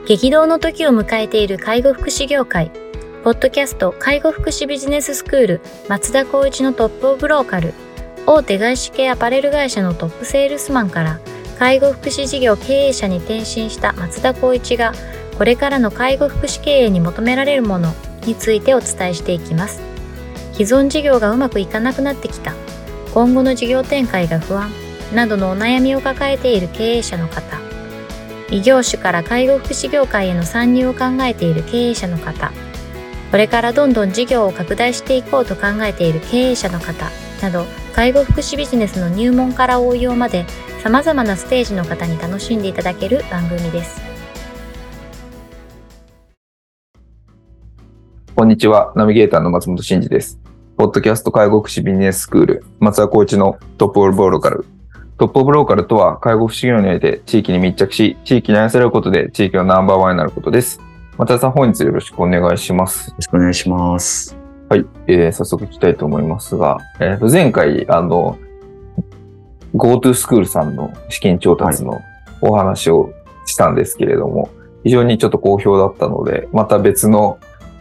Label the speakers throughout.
Speaker 1: 激動の時を迎えている介護福祉業界。ポッドキャスト介護福祉ビジネススクール松田光一のトップオブローカル。大手外資系アパレル会社のトップセールスマンから介護福祉事業経営者に転身した松田光一が、これからの介護福祉経営に求められるものについてお伝えしていきます。既存事業がうまくいかなくなってきた、今後の事業展開が不安などのお悩みを抱えている経営者の方、異業種から介護福祉業界への参入を考えている経営者の方、これからどんどん事業を拡大していこうと考えている経営者の方など、介護福祉ビジネスの入門から応用まで様々なステージの方に楽しんでいただける番組です。
Speaker 2: こんにちは、ナビゲーターの松本真嗣です。ポッドキャスト介護福祉ビジネススクール松田光一のトップオブローカル。トップオブローカルとは、介護福祉業において地域に密着し、地域に愛されることで地域のナンバーワンになることです。松田さん、本日よろしくお願いします。
Speaker 3: よろしくお願いします。
Speaker 2: はい、早速聞きたいと思いますが、前回GoTo スクールさんの資金調達のお話をしたんですけれども、非常にちょっと好評だったので、また別の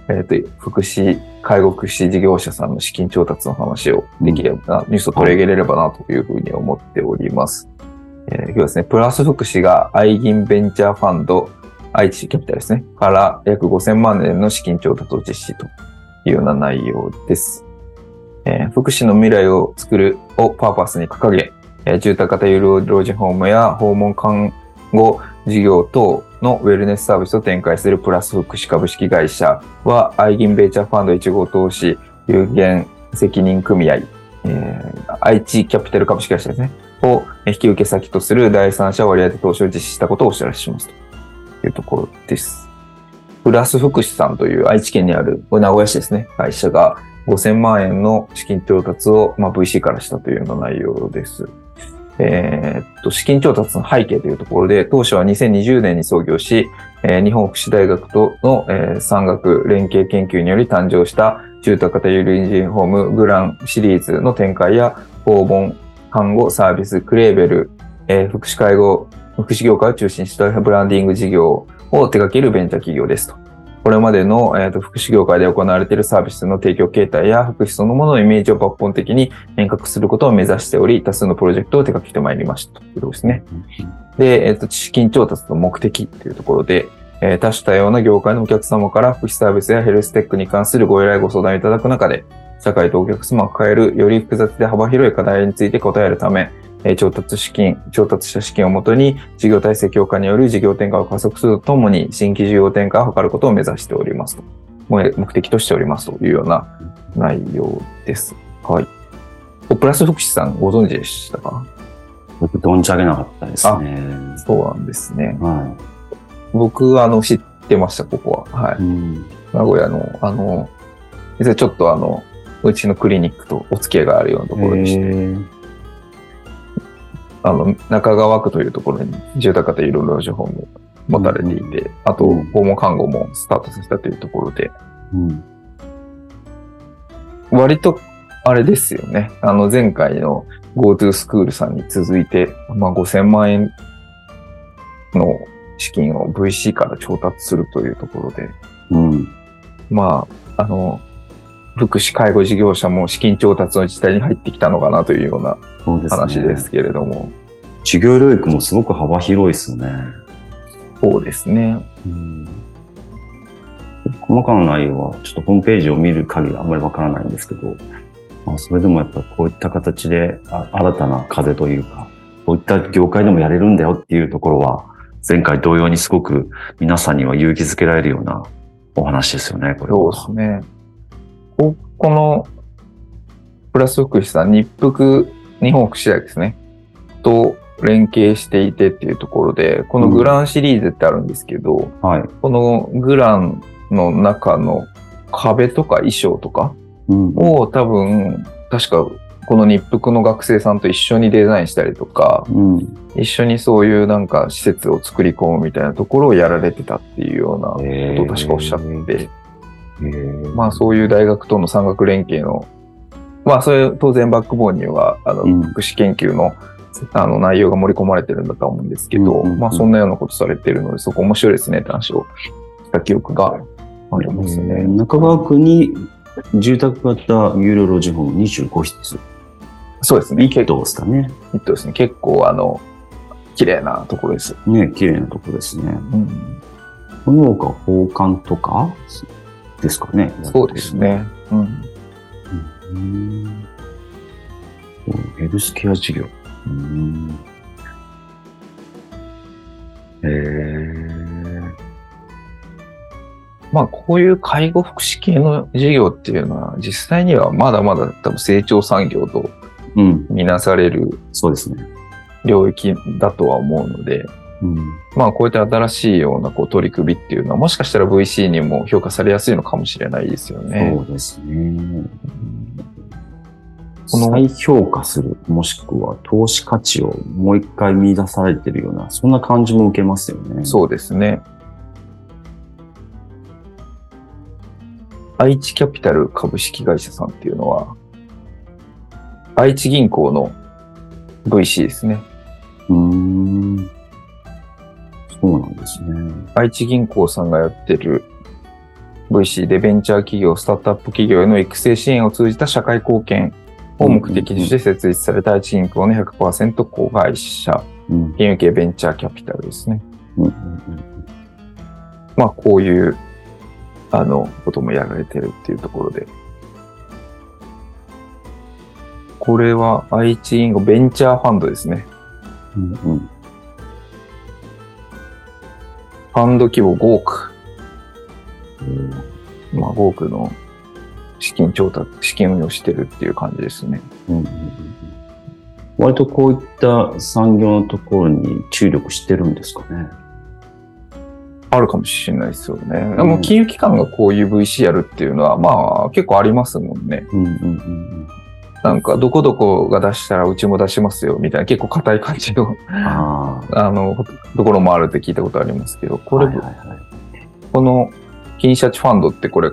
Speaker 2: 介護福祉事業者さんの資金調達の話をできればニュースを取り上げれればなというふうに思っております。今日はですね、プラス福祉が愛銀ベンチャーファンド愛知キャピタルですね、から約5000万円の資金調達を実施というような内容です。福祉の未来を作るをパーパスに掲げ、住宅型有料老人ホームや訪問看護事業等のウェルネスサービスを展開するプラス福祉株式会社は、愛銀ベンチャーファンド1号投資有限責任組合、愛知キャピタル株式会社ですね、を引き受け先とする第三者割当投資を実施したことをお知らせしますというところです。プラス福祉さんという愛知県にある名古屋市ですね、会社が5000万円の資金調達を、VC からしたというような内容です。資金調達の背景というところで、当社は2020年に創業し、日本福祉大学との、産学連携研究により誕生した住宅型有料老人ホームグランシリーズの展開や、訪問看護サービスクレーベル、福祉介護福祉業界を中心としたブランディング事業を手掛けるベンチャー企業ですと。これまでの、福祉業界で行われているサービスの提供形態や福祉そのもののイメージを抜本的に変革することを目指しており、多数のプロジェクトを手掛けてまいりましたということですね。で、資金調達の目的というところで、多種多様な業界のお客様から福祉サービスやヘルステックに関するご依頼ご相談いただく中で、社会とお客様を抱えるより複雑で幅広い課題について答えるため、調達した資金をもとに事業体制強化による事業転換を加速するとともに新規事業転換を図ることを目指しておりますと。目的としておりますというような内容です。はい。プラス福祉さんご存知でしたか？
Speaker 3: 僕存じ上げなかったですね。
Speaker 2: そうなんですね。
Speaker 3: はい。
Speaker 2: 僕知ってました、ここは。はい。名古屋の実はちょっとうちのクリニックとお付き合いがあるようなところでして。中川区というところに住宅型有料老人ホームを持たれていて、あと訪問看護もスタートさせたというところで、割とあれですよね、前回の GoTo スクールさんに続いて、5000万円の資金を VC から調達するというところで、福祉介護事業者も資金調達の自治体に入ってきたのかなというような話ですけれども。
Speaker 3: 事業領域もすごく幅広いですよね。
Speaker 2: そうですね。
Speaker 3: 細かな内容はちょっとホームページを見る限りあんまりわからないんですけど、それでもやっぱこういった形で新たな風というか、こういった業界でもやれるんだよっていうところは、前回同様にすごく皆さんには勇気づけられるようなお話ですよね、これは。
Speaker 2: そうですね。このプラス福祉さん、日本福祉大学ですね、と連携していてっていうところで、このグランシリーズってあるんですけど、このグランの中の壁とか衣装とかを多分、確かこの日福の学生さんと一緒にデザインしたりとか、一緒にそういうなんか施設を作り込むみたいなところをやられてたっていうようなことを確かおっしゃって、そういう大学との産学連携の、それ当然バックボーンには福祉研究の内容が盛り込まれてるんだとは思うんですけど、まあそんなようなことされてるので、そこ面白いですねって話をした記憶がありますね。
Speaker 3: 中川区に住宅型有料老人ホーム25室。
Speaker 2: そうですね。
Speaker 3: 一棟ですかね。
Speaker 2: 一棟ですね。結構綺麗なところです。
Speaker 3: ね、綺麗なところですね。この他放館とかですかね。
Speaker 2: そうですね。
Speaker 3: ヘルスケア事業。
Speaker 2: まあこういう介護福祉系の事業っていうのは実際にはまだまだ多分成長産業とみなされる
Speaker 3: そうですね。
Speaker 2: 領域だとは思うので、まあこういった新しいような取り組みっていうのはもしかしたら VC にも評価されやすいのかもしれないですよね。
Speaker 3: そうですね。再評価する、もしくは投資価値をもう一回見出されてるような、そんな感じも受けますよね。
Speaker 2: そうですね。愛知キャピタル株式会社さんっていうのは、愛知銀行の VC ですね。
Speaker 3: そうなんですね。
Speaker 2: 愛知銀行さんがやってる VC でベンチャー企業、スタートアップ企業への育成支援を通じた社会貢献を目的として設立された愛知銀行の 100% 子会社、金融系ベンチャーキャピタルですね。まあこういうこともやられてるっていうところで。これは愛知銀行ベンチャーファンドですね。ファンド規模5億。まあ5億の資金運用してるっていう感じですね。
Speaker 3: 割とこういった産業のところに注力してるんですかね。
Speaker 2: あるかもしれないですよね。もう金融機関がこういう VC やるっていうのはまあ結構ありますもんね。なんかどこどこが出したらうちも出しますよみたいな結構硬い感じのところもあるって聞いたことありますけど、これ、この金シャチファンドってこれ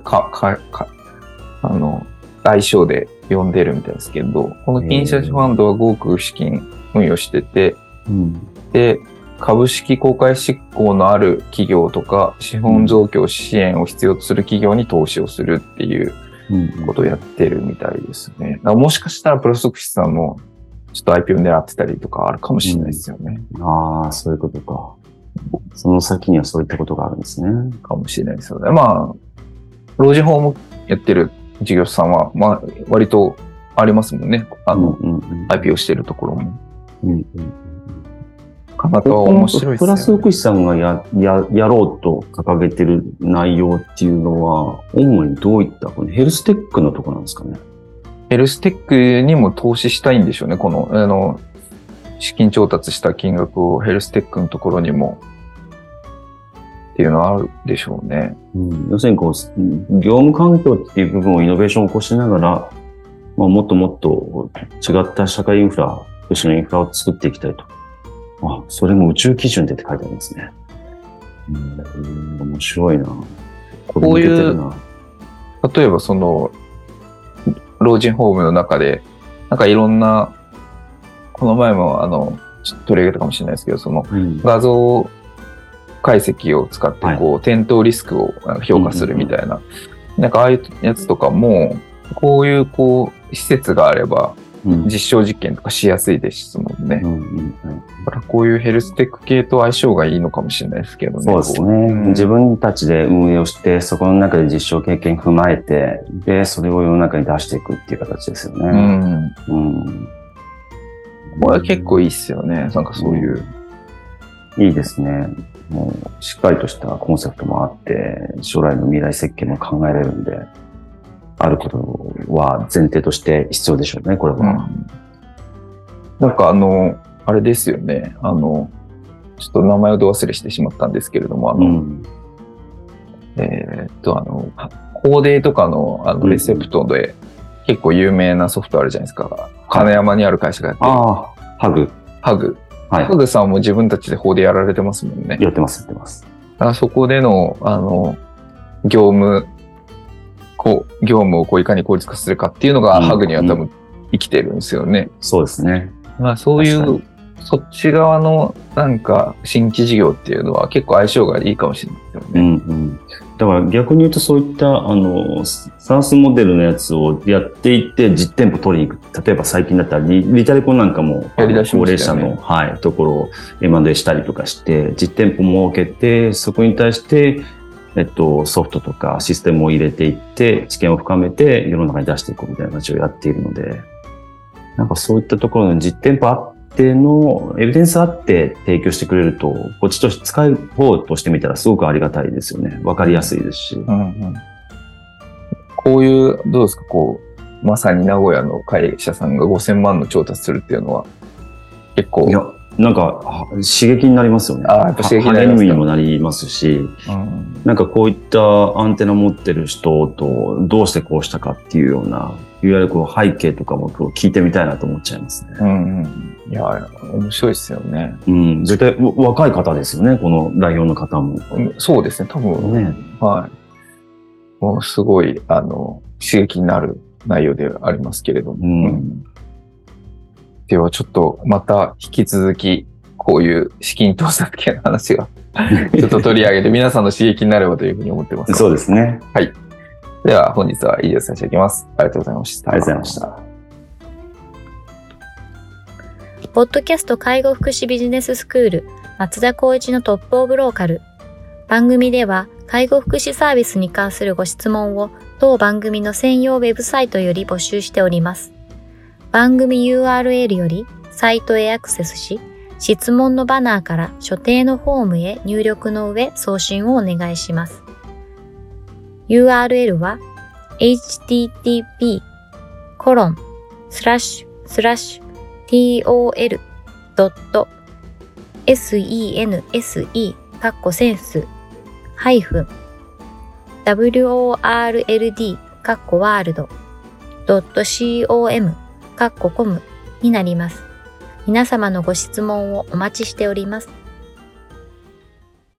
Speaker 2: 愛称で呼んでるみたいですけど、この金シャチファンドは5億資金運用してて、で、株式公開執行のある企業とか、資本増強支援を必要とする企業に投資をするっていうことをやってるみたいですね。だからもしかしたらプロソクシスさんもちょっと IPO 狙ってたりとかあるかもしれないですよね。
Speaker 3: そういうことか。その先にはそういったことがあるんですね。
Speaker 2: かもしれないですよね。まあ、老人ホームやってる事業者さんは、まあ、割とありますもんね。IPO してるところも。なかなか面白いですね。
Speaker 3: プラス福祉さんがやろうと掲げてる内容っていうのは、主にどういったヘルステックのところなんですかね。
Speaker 2: ヘルステックにも投資したいんでしょうね。この、資金調達した金額をヘルステックのところにもっていうのはあるでしょうね。
Speaker 3: 要するに業務環境っていう部分をイノベーションを起こしながら、もっともっと違った社会インフラ、福祉のインフラを作っていきたいと。それも宇宙基準でって書いてありますね。面白いな。
Speaker 2: こういう、例えば老人ホームの中で、なんかいろんな、この前もちょっと取り上げたかもしれないですけど、画像解析を使って転倒リスクを評価するみたいな、なんかああいうやつとかも、こういう施設があれば、実証実験とかしやすいですもんね。だからこういうヘルステック系と相性がいいのかもしれないですけどね。
Speaker 3: そうですね。自分たちで運営をして、そこの中で実証経験踏まえて、で、それを世の中に出していくっていう形ですよね。
Speaker 2: これは結構いいっすよね。なんかそういう。
Speaker 3: いいですね。もう、しっかりとしたコンセプトもあって、将来の未来設計も考えられるんで、あることは前提として必要でしょうね、これは。
Speaker 2: なんかあれですよね。ちょっと名前をど忘れしてしまったんですけれども、法デーとかのレセプトで結構有名なソフトあるじゃないですか。金山にある会社がやってる。
Speaker 3: ハグ。
Speaker 2: ハグさんも自分たちで法デーやられてますもんね。
Speaker 3: やってます。
Speaker 2: そこでの、業務をいかに効率化するかっていうのが、ハグには多分生きてるんですよね。
Speaker 3: そうですね。
Speaker 2: まあそういう、
Speaker 3: 確か
Speaker 2: そっち側のなんか新規事業っていうのは結構相性がいいかもしれないですよね。
Speaker 3: うんうん。だから逆に言うとそういったサースモデルのやつをやっていって実店舗取りに行く。例えば最近だったらリタレコなんかも
Speaker 2: やり出し
Speaker 3: 高齢
Speaker 2: ましたよね
Speaker 3: 者の、はい、ところを M&A したりとかして実店舗設けてそこに対してソフトとかシステムを入れていって知見を深めて世の中に出していこうみたいな形をやっているので、なんかそういったところの実店舗あってのエビデンスあって提供してくれると、こっちとして使う方としてみたらすごくありがたいですよね。わかりやすいですし。
Speaker 2: うんうん、こういう、どうですか、こう、まさに名古屋の会社さんが5000万の調達するっていうのは、結構。
Speaker 3: いや、なんか刺激になりますよね。
Speaker 2: やっぱ刺激になりますか。
Speaker 3: 励みにもなりますし、なんかこういったアンテナ持ってる人とどうしてこうしたかっていうような、いわゆるこう背景とかも聞いてみたいなと思っちゃいますね。
Speaker 2: いや、面白いですよね。
Speaker 3: 絶対若い方ですよね、この代表の方も。
Speaker 2: そうですね、多分ね。はい。もうすごい、刺激になる内容ではありますけれども。ではちょっとまた引き続きこういう資金調達系の話がちょっと取り上げて皆さんの刺激になればというふうに思ってます。
Speaker 3: そうですね。
Speaker 2: はい。では本日は以上させていただきます。ありがとうございました。
Speaker 3: ありがとうございました。
Speaker 1: ポッドキャスト介護福祉ビジネススクール松田光一のトップオブローカル。番組では介護福祉サービスに関するご質問を当番組の専用ウェブサイトより募集しております。番組 URL よりサイトへアクセスし、質問のバナーから所定のフォームへ入力の上送信をお願いします。URL は http://tol.world.com になります。皆様のご質問をお待ちしております。